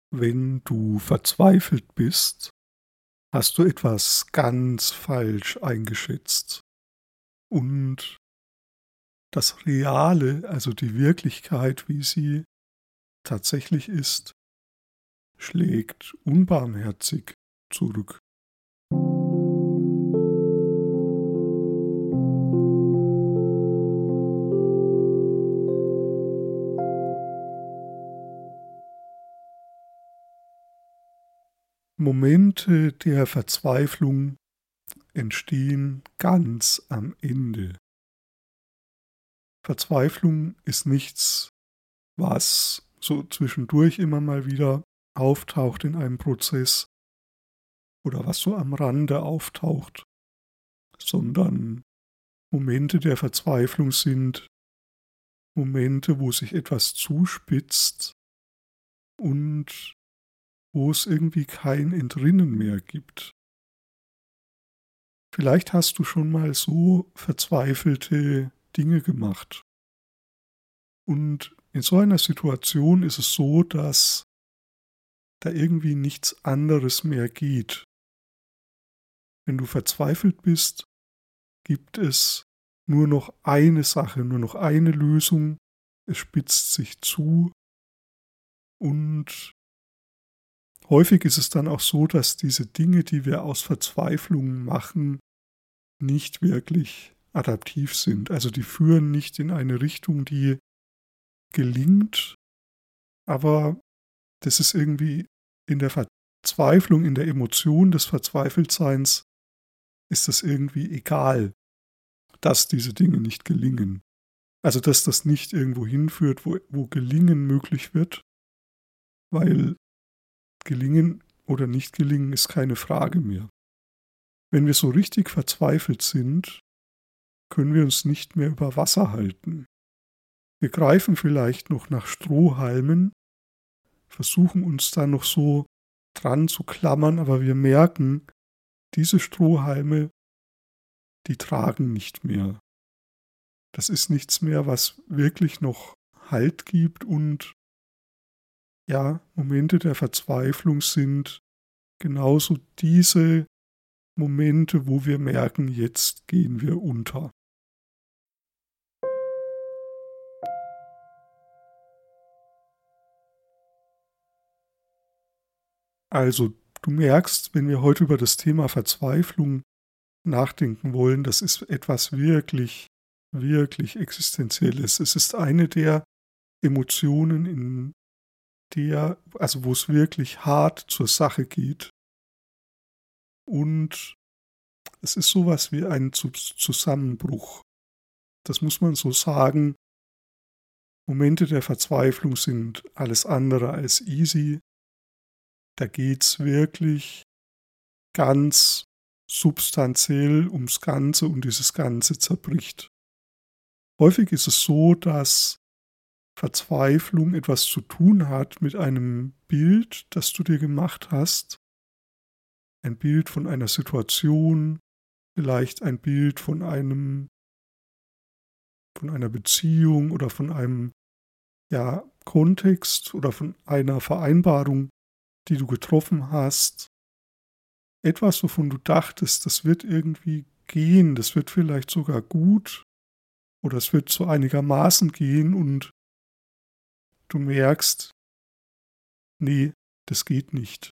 Wenn du verzweifelt bist, hast du etwas ganz falsch eingeschätzt. Und das Reale, also die Wirklichkeit, wie sie tatsächlich ist, schlägt unbarmherzig zurück. Momente der Verzweiflung entstehen ganz am Ende. Verzweiflung ist nichts, was so zwischendurch immer mal wieder auftaucht in einem Prozess oder was so am Rande auftaucht, sondern Momente der Verzweiflung sind Momente, wo sich etwas zuspitzt und wo es irgendwie kein Entrinnen mehr gibt. Vielleicht hast du schon mal so verzweifelte Dinge gemacht. Und in so einer Situation ist es so, dass da irgendwie nichts anderes mehr geht. Wenn du verzweifelt bist, gibt es nur noch eine Sache, nur noch eine Lösung. Es spitzt sich zu und häufig ist es dann auch so, dass diese Dinge, die wir aus Verzweiflung machen, nicht wirklich adaptiv sind. Also die führen nicht in eine Richtung, die gelingt, aber das ist irgendwie in der Verzweiflung, in der Emotion des Verzweifeltseins, ist das irgendwie egal, dass diese Dinge nicht gelingen. Also dass das nicht irgendwo hinführt, wo Gelingen möglich wird, weil Gelingen oder nicht gelingen ist keine Frage mehr. Wenn wir so richtig verzweifelt sind, können wir uns nicht mehr über Wasser halten. Wir greifen vielleicht noch nach Strohhalmen, versuchen uns da noch so dran zu klammern, aber wir merken, diese Strohhalme, die tragen nicht mehr. Das ist nichts mehr, was wirklich noch Halt gibt und ja, Momente der Verzweiflung sind genauso diese Momente, wo wir merken, jetzt gehen wir unter. Also, du merkst, wenn wir heute über das Thema Verzweiflung nachdenken wollen, das ist etwas wirklich, wirklich Existenzielles. Es ist eine der Emotionen, also wo es wirklich hart zur Sache geht. Und es ist sowas wie ein Zusammenbruch. Das muss man so sagen. Momente der Verzweiflung sind alles andere als easy. Da geht's wirklich ganz substanziell ums Ganze und dieses Ganze zerbricht. Häufig ist es so, dass Verzweiflung etwas zu tun hat mit einem Bild, das du dir gemacht hast. Ein Bild von einer Situation, vielleicht ein Bild von einer Beziehung oder von einem, ja, Kontext oder von einer Vereinbarung, die du getroffen hast. Etwas, wovon du dachtest, das wird irgendwie gehen, das wird vielleicht sogar gut oder es wird so einigermaßen gehen und du merkst, nee, das geht nicht.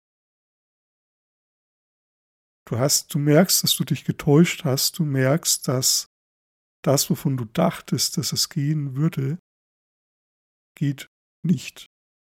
Du merkst, dass du dich getäuscht hast, du merkst, dass das, wovon du dachtest, dass es gehen würde, geht nicht.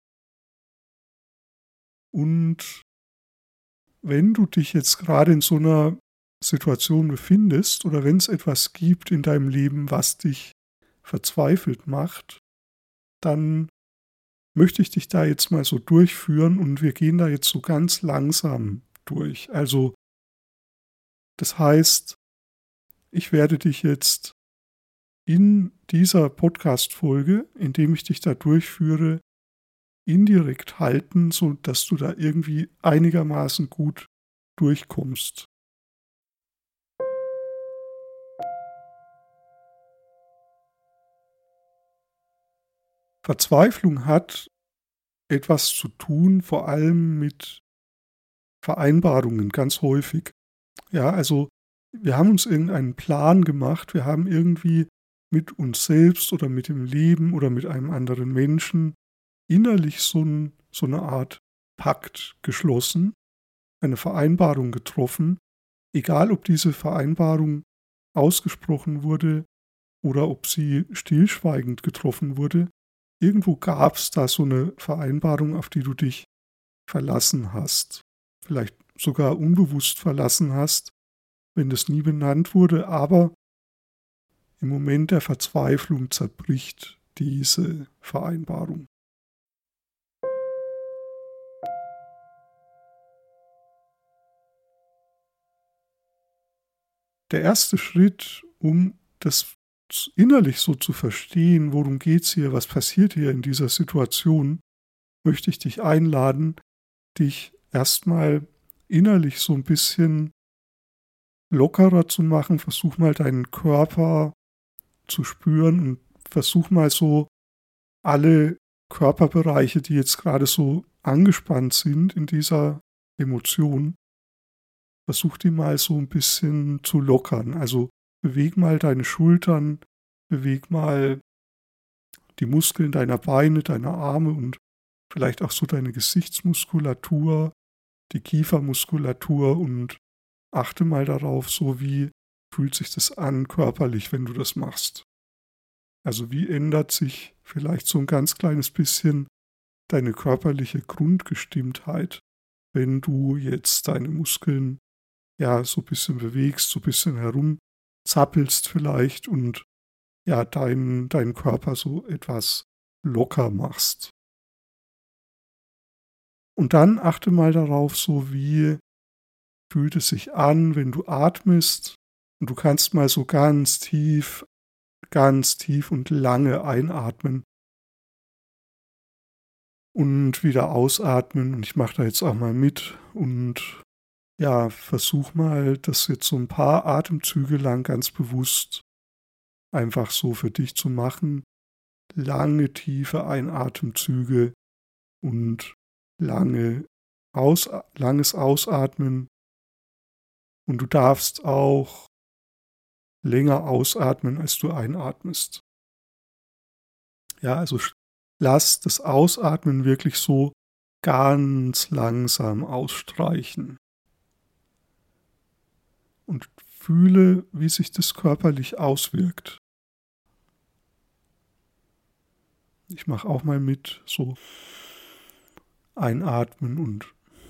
Und wenn du dich jetzt gerade in so einer Situation befindest oder wenn es etwas gibt in deinem Leben, was dich verzweifelt macht, dann möchte ich dich da jetzt mal so durchführen und wir gehen da jetzt so ganz langsam durch. Also, das heißt, ich werde dich jetzt in dieser Podcast-Folge, indem ich dich da durchführe, indirekt halten, sodass du da irgendwie einigermaßen gut durchkommst. Verzweiflung hat etwas zu tun, vor allem mit Vereinbarungen, ganz häufig. Ja, also wir haben uns irgendeinen Plan gemacht, wir haben irgendwie mit uns selbst oder mit dem Leben oder mit einem anderen Menschen innerlich so eine Art Pakt geschlossen, eine Vereinbarung getroffen, egal ob diese Vereinbarung ausgesprochen wurde oder ob sie stillschweigend getroffen wurde. Irgendwo gab es da so eine Vereinbarung, auf die du dich verlassen hast, vielleicht sogar unbewusst verlassen hast, wenn das nie benannt wurde, aber im Moment der Verzweiflung zerbricht diese Vereinbarung. Der erste Schritt, um das innerlich so zu verstehen, worum geht's hier, was passiert hier in dieser Situation, möchte ich dich einladen, dich erstmal innerlich so ein bisschen lockerer zu machen. Versuch mal deinen Körper zu spüren und versuch mal so alle Körperbereiche, die jetzt gerade so angespannt sind in dieser Emotion, versuch die mal so ein bisschen zu lockern. Also beweg mal deine Schultern, beweg mal die Muskeln deiner Beine, deiner Arme und vielleicht auch so deine Gesichtsmuskulatur, die Kiefermuskulatur und achte mal darauf, so wie fühlt sich das an körperlich, wenn du das machst. Also wie ändert sich vielleicht so ein ganz kleines bisschen deine körperliche Grundgestimmtheit, wenn du jetzt deine Muskeln ja so ein bisschen bewegst, so ein bisschen herumzappelst vielleicht und ja deinen Körper so etwas locker machst. Und dann achte mal darauf, so wie fühlt es sich an, wenn du atmest. Und du kannst mal so ganz tief und lange einatmen und wieder ausatmen. Und ich mache da jetzt auch mal mit und ja, versuch mal, das jetzt so ein paar Atemzüge lang ganz bewusst einfach so für dich zu machen. Lange, tiefe Einatemzüge und langes Ausatmen. Und du darfst auch länger ausatmen, als du einatmest. Ja, also lass das Ausatmen wirklich so ganz langsam ausstreichen und fühle, wie sich das körperlich auswirkt. Ich mache auch mal mit, so einatmen und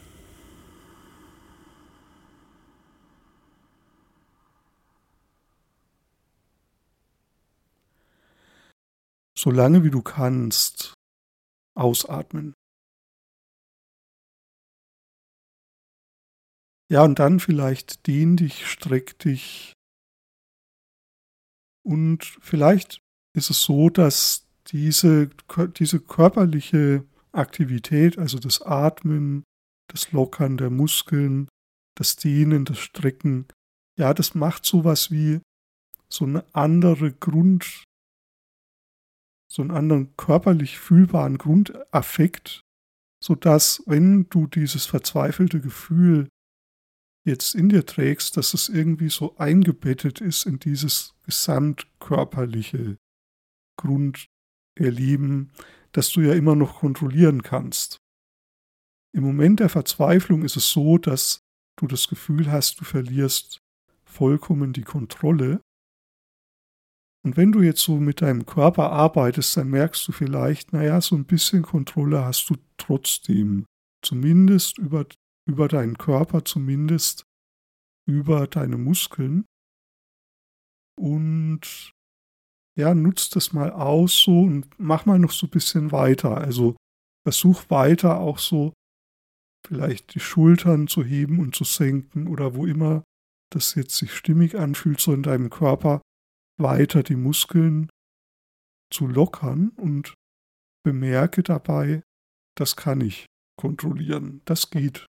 so lange wie du kannst ausatmen. Ja, und dann vielleicht dehn dich, streck dich und vielleicht ist es so, dass diese körperliche Aktivität, also das Atmen, das Lockern der Muskeln, das Dehnen, das Strecken, ja, das macht sowas wie so eine andere so einen anderen körperlich fühlbaren Grundaffekt, sodass, wenn du dieses verzweifelte Gefühl jetzt in dir trägst, dass es irgendwie so eingebettet ist in dieses gesamtkörperliche Grunderleben, das du ja immer noch kontrollieren kannst. Im Moment der Verzweiflung ist es so, dass du das Gefühl hast, du verlierst vollkommen die Kontrolle. Und wenn du jetzt so mit deinem Körper arbeitest, dann merkst du vielleicht, naja, so ein bisschen Kontrolle hast du trotzdem. Zumindest über deinen Körper, zumindest über deine Muskeln. Und ja, nutz das mal aus so und mach mal noch so ein bisschen weiter. Also versuch weiter auch so vielleicht die Schultern zu heben und zu senken oder wo immer das jetzt sich stimmig anfühlt, so in deinem Körper weiter die Muskeln zu lockern und bemerke dabei, das kann ich kontrollieren, das geht.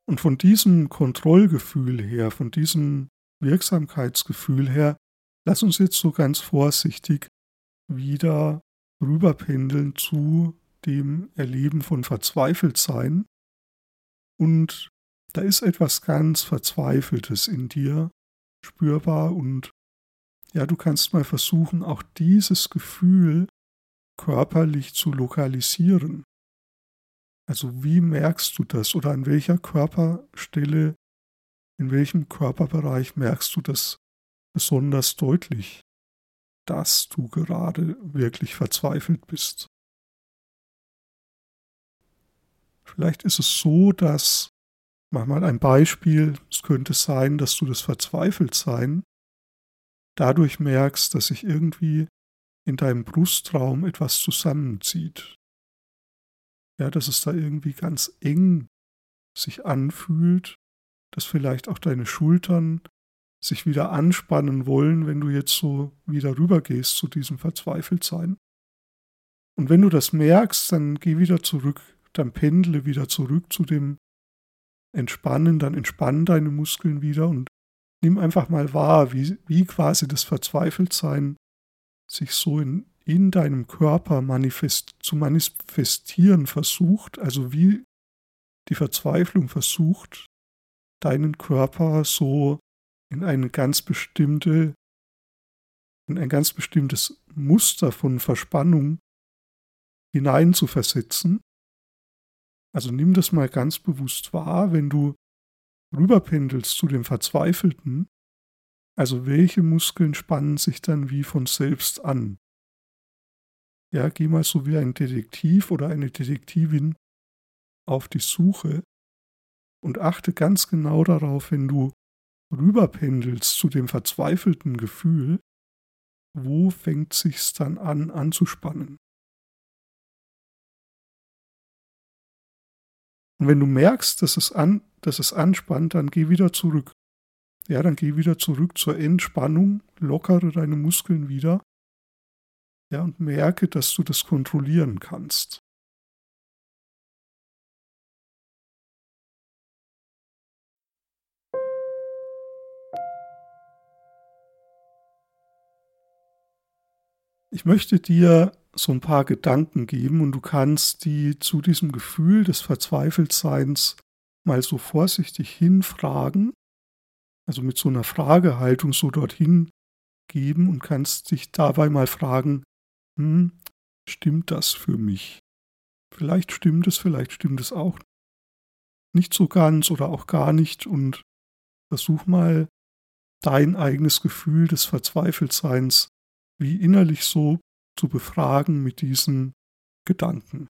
Und von diesem Kontrollgefühl her, von diesem Wirksamkeitsgefühl her, lass uns jetzt so ganz vorsichtig wieder rüberpendeln zu dem Erleben von Verzweifeltsein. Und da ist etwas ganz Verzweifeltes in dir spürbar und ja, du kannst mal versuchen, auch dieses Gefühl körperlich zu lokalisieren. Also wie merkst du das oder an welcher Körperstelle, in welchem Körperbereich merkst du das besonders deutlich, dass du gerade wirklich verzweifelt bist? Vielleicht ist es so, dass, mach mal ein Beispiel, es könnte sein, dass du das Verzweifeltsein dadurch merkst, dass sich irgendwie in deinem Brustraum etwas zusammenzieht. Ja, dass es da irgendwie ganz eng sich anfühlt, dass vielleicht auch deine Schultern sich wieder anspannen wollen, wenn du jetzt so wieder rübergehst zu diesem Verzweifeltsein. Und wenn du das merkst, dann geh wieder zurück, dann pendle wieder zurück zu dem Entspannen, dann entspann deine Muskeln wieder und nimm einfach mal wahr, wie quasi das Verzweifeltsein sich so in deinem Körper zu manifestieren versucht, also wie die Verzweiflung versucht, deinen Körper so in eine ganz bestimmte, in ein ganz bestimmtes Muster von Verspannung hineinzuversetzen. Also nimm das mal ganz bewusst wahr, wenn du rüberpendelst zu dem Verzweifelten, also welche Muskeln spannen sich dann wie von selbst an. Ja, geh mal so wie ein Detektiv oder eine Detektivin auf die Suche und achte ganz genau darauf, wenn du rüberpendelst zu dem verzweifelten Gefühl, wo fängt sich's dann an anzuspannen. Und wenn du merkst, dass es anspannt, dann geh wieder zurück. Ja, dann geh wieder zurück zur Entspannung, lockere deine Muskeln wieder, ja, und merke, dass du das kontrollieren kannst. Ich möchte dir so ein paar Gedanken geben und du kannst die zu diesem Gefühl des Verzweifeltseins mal so vorsichtig hinfragen, also mit so einer Fragehaltung so dorthin geben und kannst dich dabei mal fragen, hm, stimmt das für mich? Vielleicht stimmt es auch nicht so ganz oder auch gar nicht und versuch mal dein eigenes Gefühl des Verzweifeltseins wie innerlich so zu befragen mit diesen Gedanken.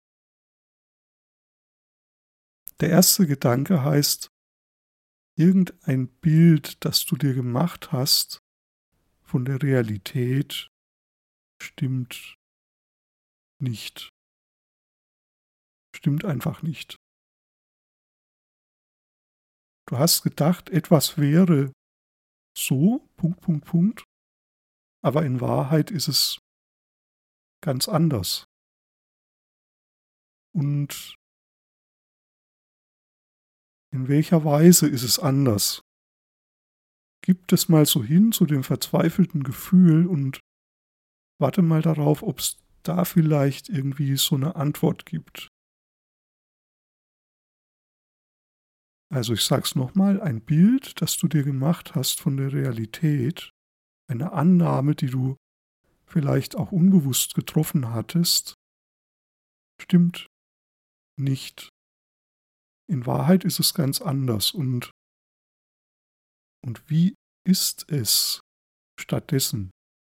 Der erste Gedanke heißt, irgendein Bild, das du dir gemacht hast von der Realität, stimmt nicht. Stimmt einfach nicht. Du hast gedacht, etwas wäre so, Punkt, Punkt, Punkt, aber in Wahrheit ist es ganz anders. Und in welcher Weise ist es anders? Gib es mal so hin zu dem verzweifelten Gefühl und warte mal darauf, ob es da vielleicht irgendwie so eine Antwort gibt. Also ich sag's nochmal, ein Bild, das du dir gemacht hast von der Realität, eine Annahme, die du vielleicht auch unbewusst getroffen hattest, stimmt nicht. In Wahrheit ist es ganz anders. Und wie ist es stattdessen?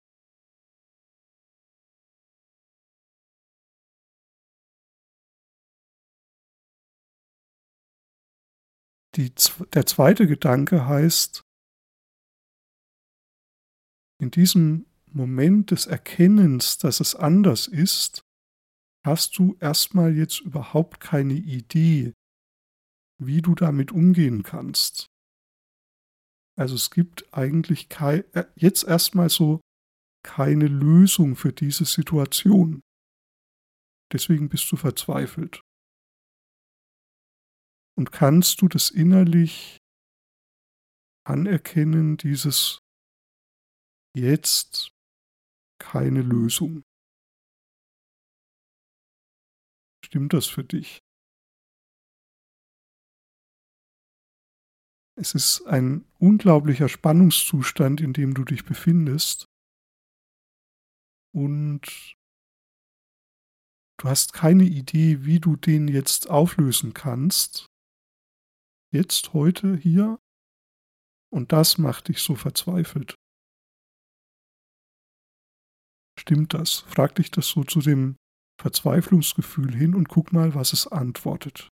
Der zweite Gedanke heißt, in diesem Moment des Erkennens, dass es anders ist, hast du erstmal jetzt überhaupt keine Idee, wie du damit umgehen kannst. Also es gibt eigentlich jetzt erstmal so keine Lösung für diese Situation. Deswegen bist du verzweifelt. Und kannst du das innerlich anerkennen, dieses jetzt keine Lösung? Stimmt das für dich? Es ist ein unglaublicher Spannungszustand, in dem du dich befindest und du hast keine Idee, wie du den jetzt auflösen kannst. Jetzt, heute, hier. Und das macht dich so verzweifelt. Stimmt das? Frag dich das so zu dem Verzweiflungsgefühl hin und guck mal, was es antwortet.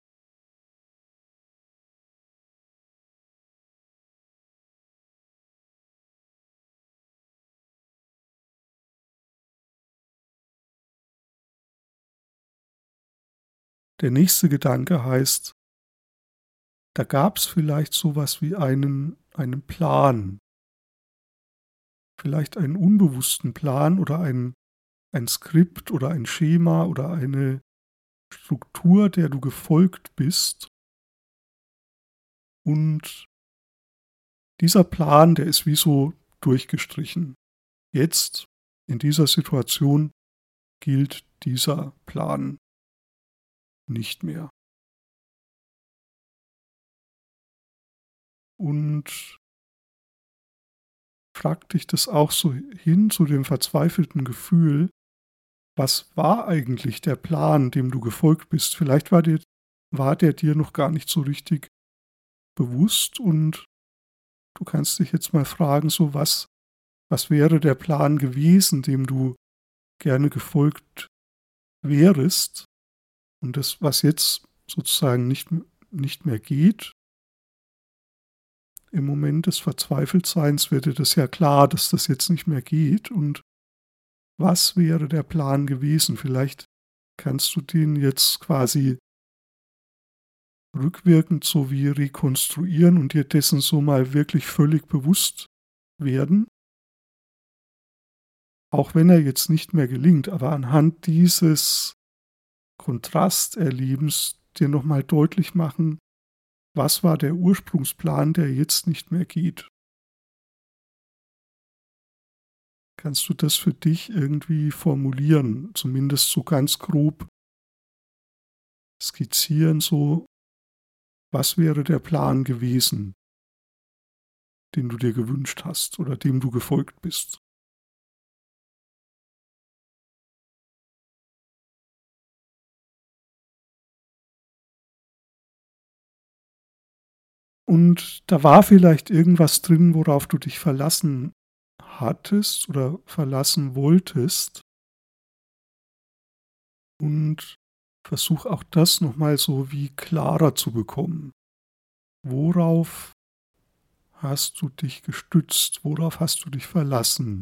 Der nächste Gedanke heißt, da gab es vielleicht sowas wie einen Plan, vielleicht einen unbewussten Plan oder ein Skript oder ein Schema oder eine Struktur, der du gefolgt bist. Und dieser Plan, der ist wie so durchgestrichen. Jetzt, in dieser Situation, gilt dieser Plan nicht mehr. Und frag dich das auch so hin zu dem verzweifelten Gefühl, was war eigentlich der Plan, dem du gefolgt bist? Vielleicht war der dir noch gar nicht so richtig bewusst und du kannst dich jetzt mal fragen, so was wäre der Plan gewesen, dem du gerne gefolgt wärest? Und das, was jetzt sozusagen nicht mehr geht, im Moment des Verzweifeltseins wird dir das ja klar, dass das jetzt nicht mehr geht. Und was wäre der Plan gewesen? Vielleicht kannst du den jetzt quasi rückwirkend so wie rekonstruieren und dir dessen so mal wirklich völlig bewusst werden. Auch wenn er jetzt nicht mehr gelingt, aber anhand dieses Kontrasterlebens dir nochmal deutlich machen, was war der Ursprungsplan, der jetzt nicht mehr geht. Kannst du das für dich irgendwie formulieren, zumindest so ganz grob skizzieren, so was wäre der Plan gewesen, den du dir gewünscht hast oder dem du gefolgt bist? Und da war vielleicht irgendwas drin, worauf du dich verlassen hattest oder verlassen wolltest. Und versuch auch das nochmal so wie klarer zu bekommen. Worauf hast du dich gestützt? Worauf hast du dich verlassen?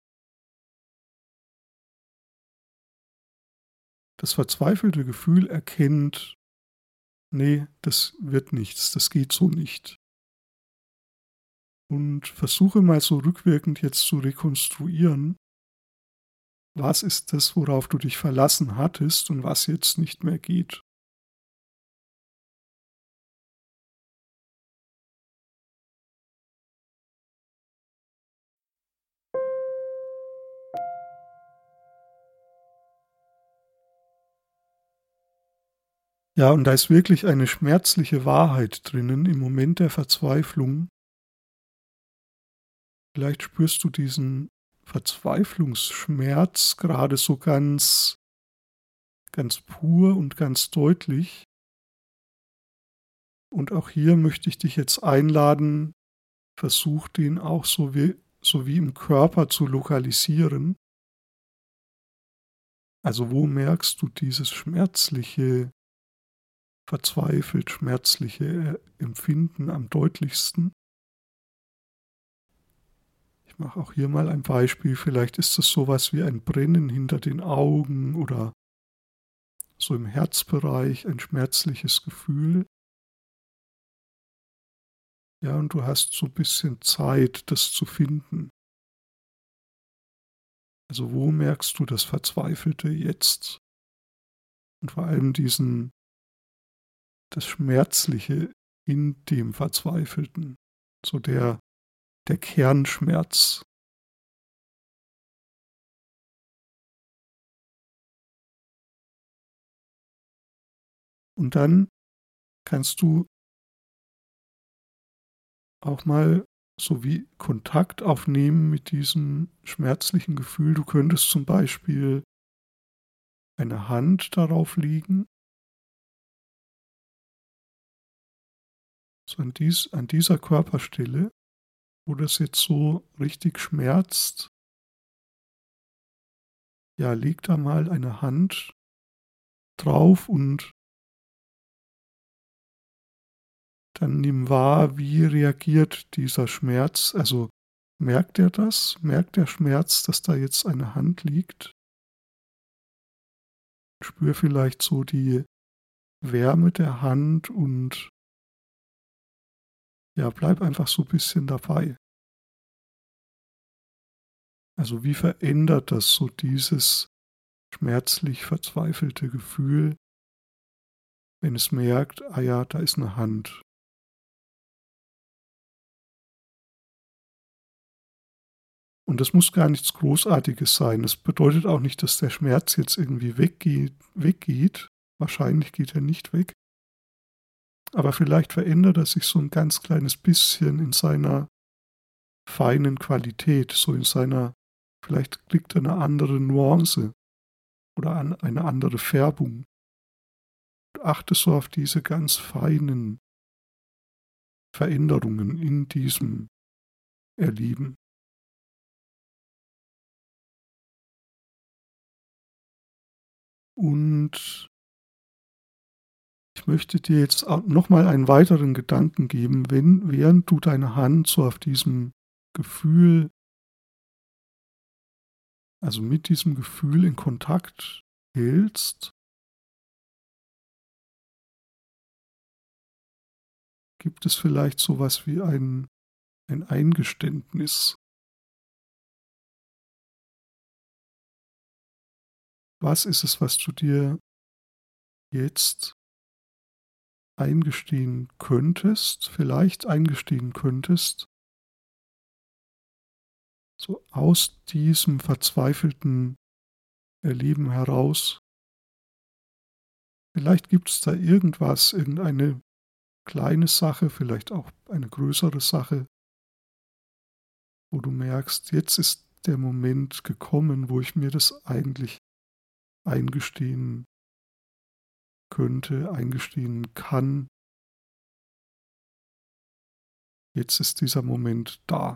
Das verzweifelte Gefühl erkennt, nee, das wird nichts, das geht so nicht. Und versuche mal so rückwirkend jetzt zu rekonstruieren, was ist das, worauf du dich verlassen hattest und was jetzt nicht mehr geht. Ja, und da ist wirklich eine schmerzliche Wahrheit drinnen im Moment der Verzweiflung. Vielleicht spürst du diesen Verzweiflungsschmerz gerade so ganz pur und ganz deutlich. Und auch hier möchte ich dich jetzt einladen, versuch den auch so wie im Körper zu lokalisieren. Also wo merkst du dieses schmerzliche, verzweifelt schmerzliche Empfinden am deutlichsten? Ich mache auch hier mal ein Beispiel. Vielleicht ist es sowas wie ein Brennen hinter den Augen oder so im Herzbereich ein schmerzliches Gefühl. Ja, und du hast so ein bisschen Zeit, das zu finden. Also wo merkst du das Verzweifelte jetzt? Und vor allem diesen das Schmerzliche in dem Verzweifelten, so der Kernschmerz. Und dann kannst du auch mal so wie Kontakt aufnehmen mit diesem schmerzlichen Gefühl. Du könntest zum Beispiel eine Hand darauf legen, so an dieser Körperstelle, wo das jetzt so richtig schmerzt. Ja, leg da mal eine Hand drauf und dann nimm wahr, wie reagiert dieser Schmerz. Also merkt er das? Merkt der Schmerz, dass da jetzt eine Hand liegt? Spür vielleicht so die Wärme der Hand und ja, bleib einfach so ein bisschen dabei. Also wie verändert das so dieses schmerzlich verzweifelte Gefühl, wenn es merkt, ah ja, da ist eine Hand. Und das muss gar nichts Großartiges sein. Das bedeutet auch nicht, dass der Schmerz jetzt irgendwie weggeht. Wahrscheinlich geht er nicht weg. Aber vielleicht verändert er sich so ein ganz kleines bisschen in seiner feinen Qualität, so in seiner, vielleicht kriegt er eine andere Nuance oder an eine andere Färbung. Achte so auf diese ganz feinen Veränderungen in diesem Erleben. Und ich möchte dir jetzt nochmal einen weiteren Gedanken geben, während du deine Hand so auf diesem Gefühl, also mit diesem Gefühl in Kontakt hältst, gibt es vielleicht sowas wie ein Eingeständnis. Was ist es, was du dir jetzt eingestehen könntest, vielleicht eingestehen könntest, so aus diesem verzweifelten Erleben heraus? Vielleicht gibt es da irgendwas, irgendeine kleine Sache, vielleicht auch eine größere Sache, wo du merkst, jetzt ist der Moment gekommen, wo ich mir das eigentlich eingestehen könnte, eingestehen kann. Jetzt ist dieser Moment da.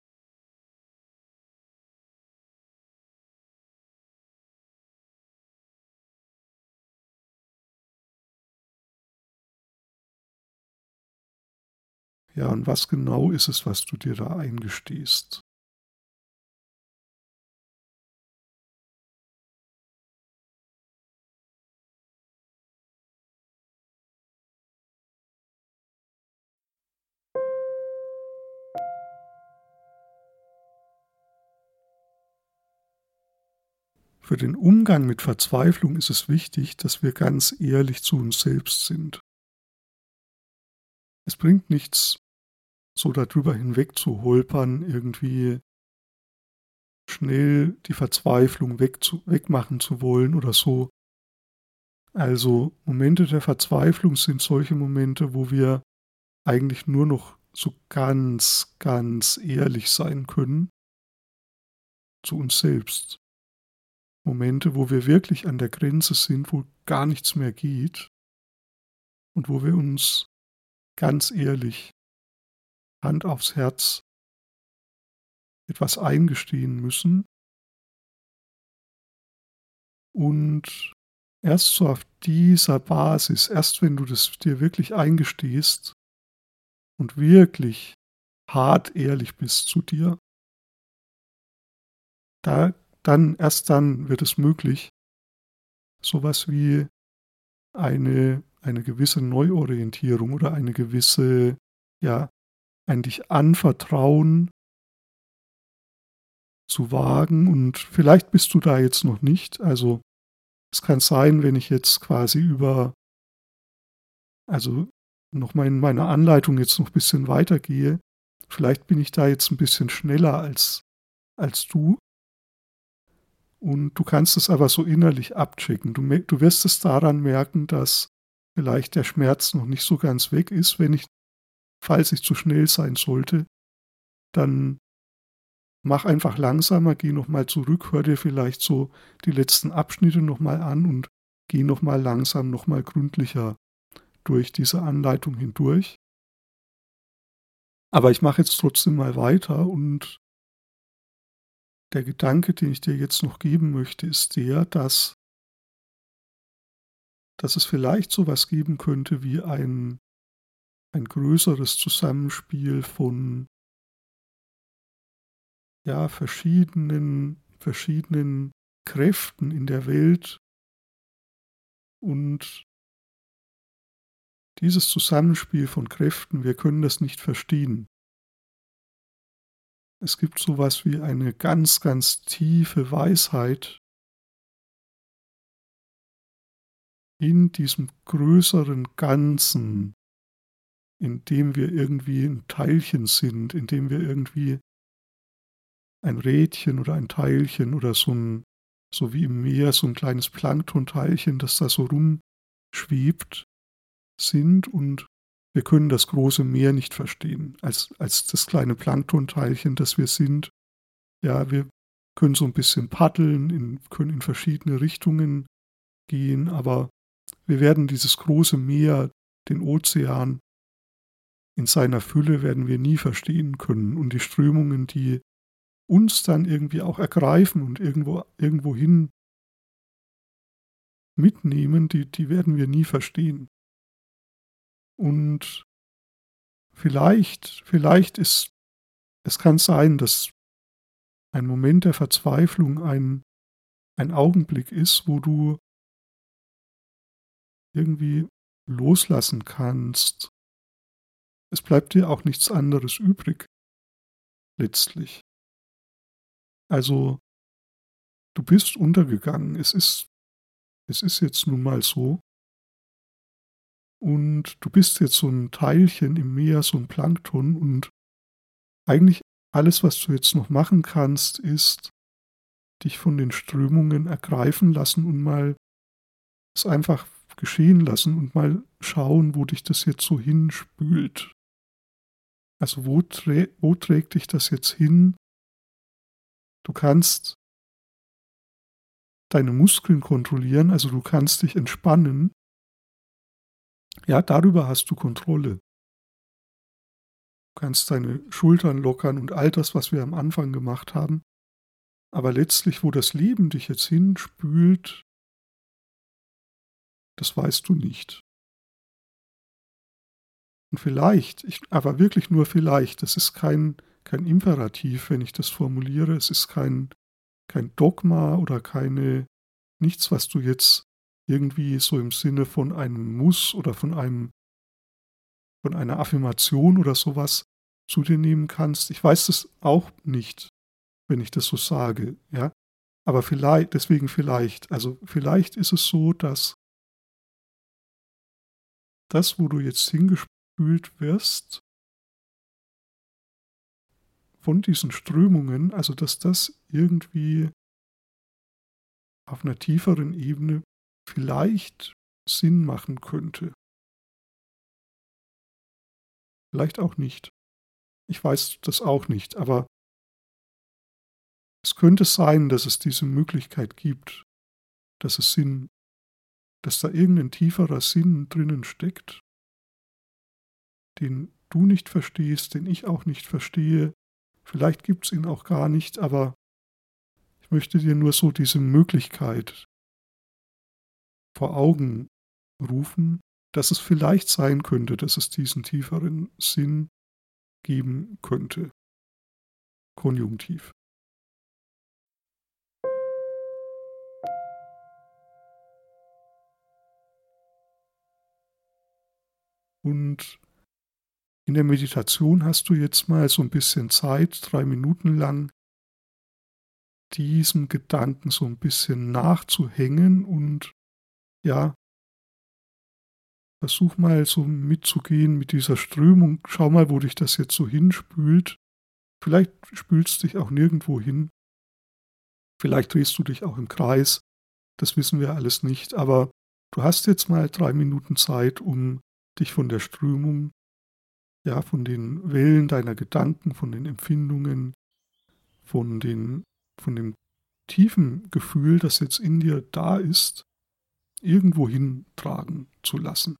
Ja, und was genau ist es, was du dir da eingestehst? Für den Umgang mit Verzweiflung ist es wichtig, dass wir ganz ehrlich zu uns selbst sind. Es bringt nichts, so darüber hinweg zu holpern, irgendwie schnell die Verzweiflung wegmachen zu wollen oder so. Also Momente der Verzweiflung sind solche Momente, wo wir eigentlich nur noch so ganz, ganz ehrlich sein können zu uns selbst. Momente, wo wir wirklich an der Grenze sind, wo gar nichts mehr geht und wo wir uns ganz ehrlich, Hand aufs Herz, etwas eingestehen müssen und erst so auf dieser Basis, erst wenn du das dir wirklich eingestehst und wirklich hart ehrlich bist zu dir, erst dann wird es möglich, sowas wie eine gewisse Neuorientierung oder eine gewisse, ja, ein dich anvertrauen zu wagen. Und vielleicht bist du da jetzt noch nicht. Also es kann sein, wenn ich jetzt quasi über Also nochmal in meiner Anleitung jetzt noch ein bisschen weitergehe. Vielleicht bin ich da jetzt ein bisschen schneller als du. Und du kannst es aber so innerlich abchecken. Du wirst es daran merken, dass vielleicht der Schmerz noch nicht so ganz weg ist. Falls ich zu schnell sein sollte, dann mach einfach langsamer, geh nochmal zurück, hör dir vielleicht so die letzten Abschnitte nochmal an und geh nochmal langsam, nochmal gründlicher durch diese Anleitung hindurch. Aber ich mache jetzt trotzdem mal weiter und der Gedanke, den ich dir jetzt noch geben möchte, ist der, dass es vielleicht so was geben könnte wie ein größeres Zusammenspiel von, ja, verschiedenen Kräften in der Welt, und dieses Zusammenspiel von Kräften, wir können das nicht verstehen. Es gibt so was wie eine ganz, ganz tiefe Weisheit in diesem größeren Ganzen, in dem wir irgendwie ein Teilchen sind, in dem wir irgendwie ein Rädchen oder ein Teilchen oder so wie im Meer, so ein kleines Planktonteilchen, das da so rumschwebt, sind, und wir können das große Meer nicht verstehen, als das kleine Planktonteilchen, das wir sind. Ja, wir können so ein bisschen paddeln, können in verschiedene Richtungen gehen, aber wir werden dieses große Meer, den Ozean in seiner Fülle werden wir nie verstehen können, und die Strömungen, die uns dann irgendwie auch ergreifen und irgendwohin mitnehmen, die werden wir nie verstehen. Und vielleicht es kann sein, dass ein Moment der Verzweiflung ein Augenblick ist, wo du irgendwie loslassen kannst. Es bleibt dir auch nichts anderes übrig, letztlich. Also, du bist untergegangen. Es ist jetzt nun mal so. Und du bist jetzt so ein Teilchen im Meer, so ein Plankton, und eigentlich alles, was du jetzt noch machen kannst, ist dich von den Strömungen ergreifen lassen und mal es einfach geschehen lassen und mal schauen, wo dich das jetzt so hinspült. Also wo trägt dich das jetzt hin? Du kannst deine Muskeln kontrollieren, also du kannst dich entspannen. Ja, darüber hast du Kontrolle. Du kannst deine Schultern lockern und all das, was wir am Anfang gemacht haben. Aber letztlich, wo das Leben dich jetzt hinspült, das weißt du nicht. Und vielleicht, aber wirklich nur vielleicht, das ist kein Imperativ, wenn ich das formuliere, es ist kein Dogma oder nichts, was du jetzt irgendwie so im Sinne von einem Muss oder von einer Affirmation oder sowas zu dir nehmen kannst. Ich weiß das auch nicht, wenn ich das so sage, ja. Aber also vielleicht ist es so, dass das, wo du jetzt hingespült wirst, von diesen Strömungen, also dass das irgendwie auf einer tieferen Ebene vielleicht Sinn machen könnte. Vielleicht auch nicht. Ich weiß das auch nicht, aber es könnte sein, dass es diese Möglichkeit gibt, dass dass da irgendein tieferer Sinn drinnen steckt, den du nicht verstehst, den ich auch nicht verstehe. Vielleicht gibt es ihn auch gar nicht, aber ich möchte dir nur so diese Möglichkeit vor Augen rufen, dass es vielleicht sein könnte, dass es diesen tieferen Sinn geben könnte. Konjunktiv. Und in der Meditation hast du jetzt mal so ein bisschen Zeit, 3 Minuten lang, diesem Gedanken so ein bisschen nachzuhängen und, ja, Versuch mal so mitzugehen mit dieser Strömung. Schau mal, wo dich das jetzt so hinspült. Vielleicht spülst dich auch nirgendwo hin. Vielleicht drehst du dich auch im Kreis. Das wissen wir alles nicht. Aber du hast jetzt mal 3 Minuten Zeit, um dich von der Strömung, ja, von den Wellen deiner Gedanken, von den Empfindungen, von von dem tiefen Gefühl, das jetzt in dir da ist, irgendwo hintragen zu lassen.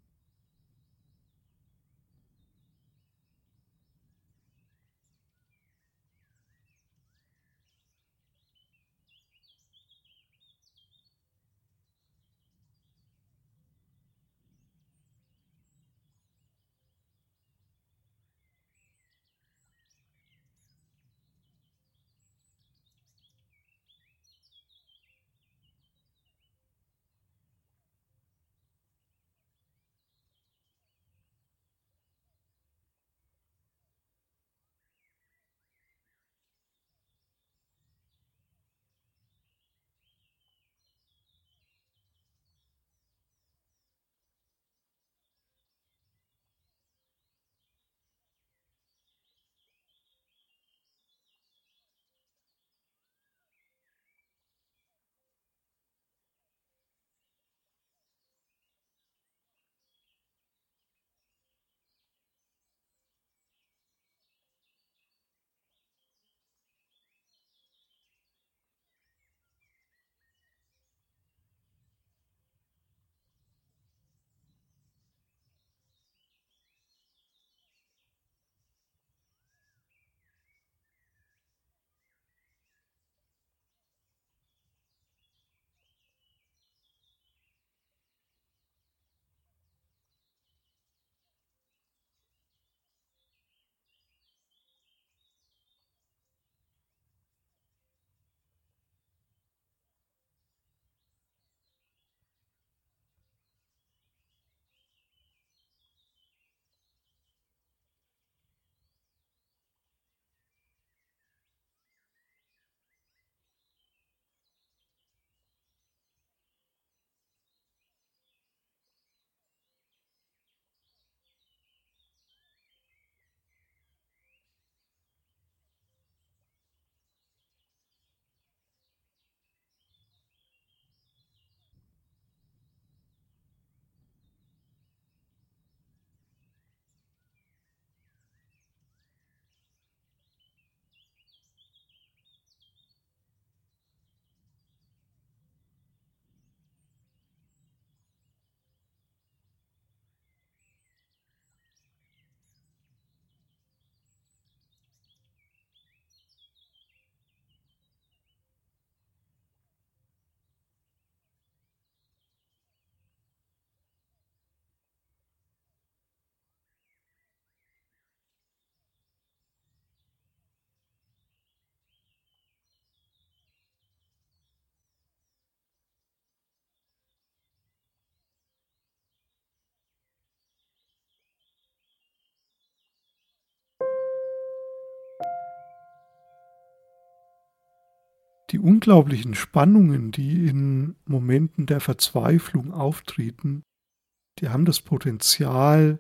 Die unglaublichen Spannungen, die in Momenten der Verzweiflung auftreten, die haben das Potenzial,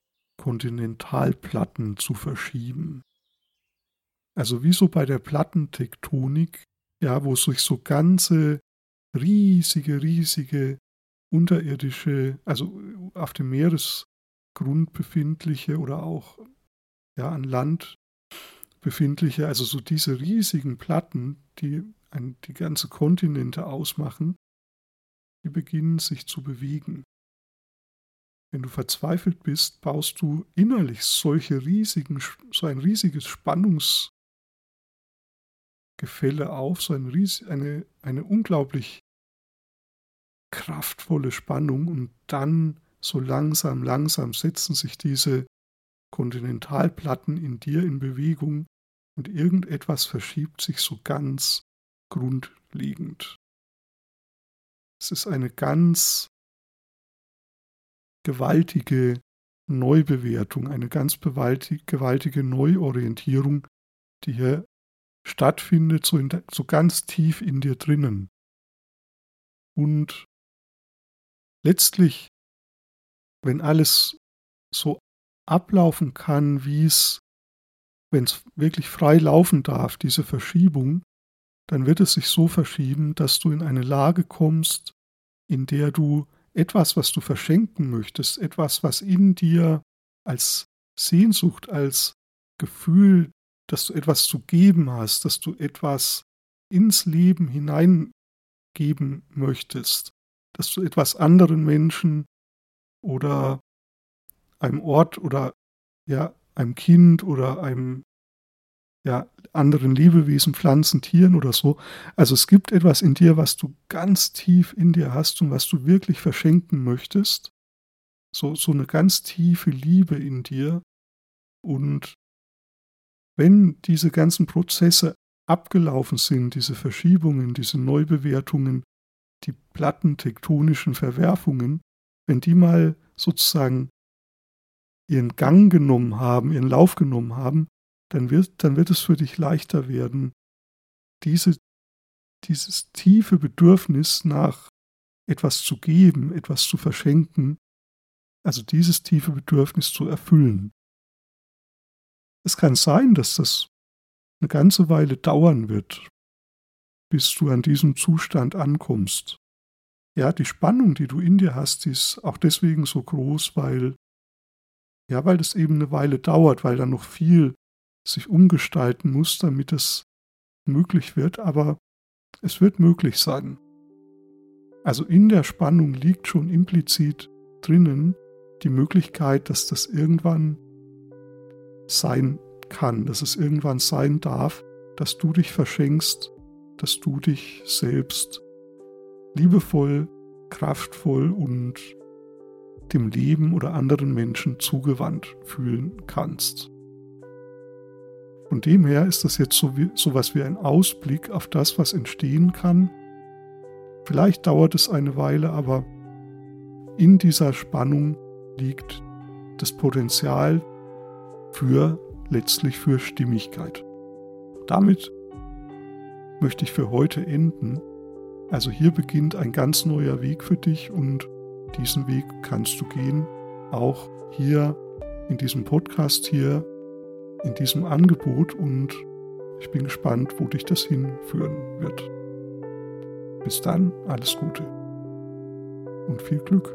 Kontinentalplatten zu verschieben. Also wie so bei der Plattentektonik, ja, wo sich so ganze riesige unterirdische, also auf dem Meeresgrund befindliche oder auch ja, an Land befindliche, also so diese riesigen Platten, die die ganze Kontinente ausmachen, die beginnen sich zu bewegen. Wenn du verzweifelt bist, baust du innerlich so ein riesiges Spannungsgefälle auf, eine unglaublich kraftvolle Spannung und dann so langsam setzen sich diese Kontinentalplatten in dir in Bewegung und irgendetwas verschiebt sich so ganz grundlegend. Es ist eine ganz gewaltige Neubewertung, eine ganz gewaltige Neuorientierung, die hier stattfindet, so ganz tief in dir drinnen. Und letztlich wenn alles so ablaufen kann, wenn es wirklich frei laufen darf, diese Verschiebung, dann wird es sich so verschieben, dass du in eine Lage kommst, in der du etwas, was du verschenken möchtest, etwas, was in dir als Sehnsucht, als Gefühl, dass du etwas zu geben hast, dass du etwas ins Leben hineingeben möchtest, dass du etwas anderen Menschen oder einem Ort oder einem Kind oder einem anderen Lebewesen, Pflanzen, Tieren oder so. Also es gibt etwas in dir, was du ganz tief in dir hast und was du wirklich verschenken möchtest. So eine ganz tiefe Liebe in dir. Und wenn diese ganzen Prozesse abgelaufen sind, diese Verschiebungen, diese Neubewertungen, die plattentektonischen Verwerfungen, wenn die mal sozusagen ihren Gang genommen haben, ihren Lauf genommen haben, dann wird es für dich leichter werden, dieses tiefe Bedürfnis nach etwas zu geben, etwas zu verschenken, also dieses tiefe Bedürfnis zu erfüllen. Es kann sein, dass das eine ganze Weile dauern wird, bis du an diesem Zustand ankommst. Ja, die Spannung, die du in dir hast, die ist auch deswegen so groß, weil das eben eine Weile dauert, weil da noch viel sich umgestalten muss, damit es möglich wird, aber es wird möglich sein. Also in der Spannung liegt schon implizit drinnen die Möglichkeit, dass das irgendwann sein kann, dass es irgendwann sein darf, dass du dich verschenkst, dass du dich selbst liebevoll, kraftvoll und dem Leben oder anderen Menschen zugewandt fühlen kannst. Von dem her ist das jetzt so was wie ein Ausblick auf das, was entstehen kann. Vielleicht dauert es eine Weile, aber in dieser Spannung liegt das Potenzial letztlich für Stimmigkeit. Damit möchte ich für heute enden. Also hier beginnt ein ganz neuer Weg für dich und diesen Weg kannst du gehen, auch hier in diesem Podcast, hier in diesem Angebot, und ich bin gespannt, wo dich das hinführen wird. Bis dann, alles Gute und viel Glück.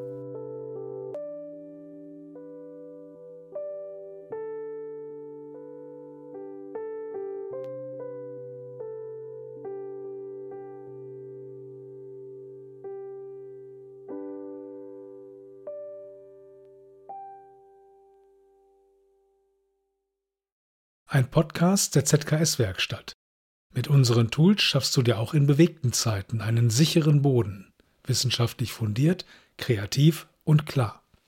Ein Podcast der ZKS-Werkstatt. Mit unseren Tools schaffst du dir auch in bewegten Zeiten einen sicheren Boden. Wissenschaftlich fundiert, kreativ und klar.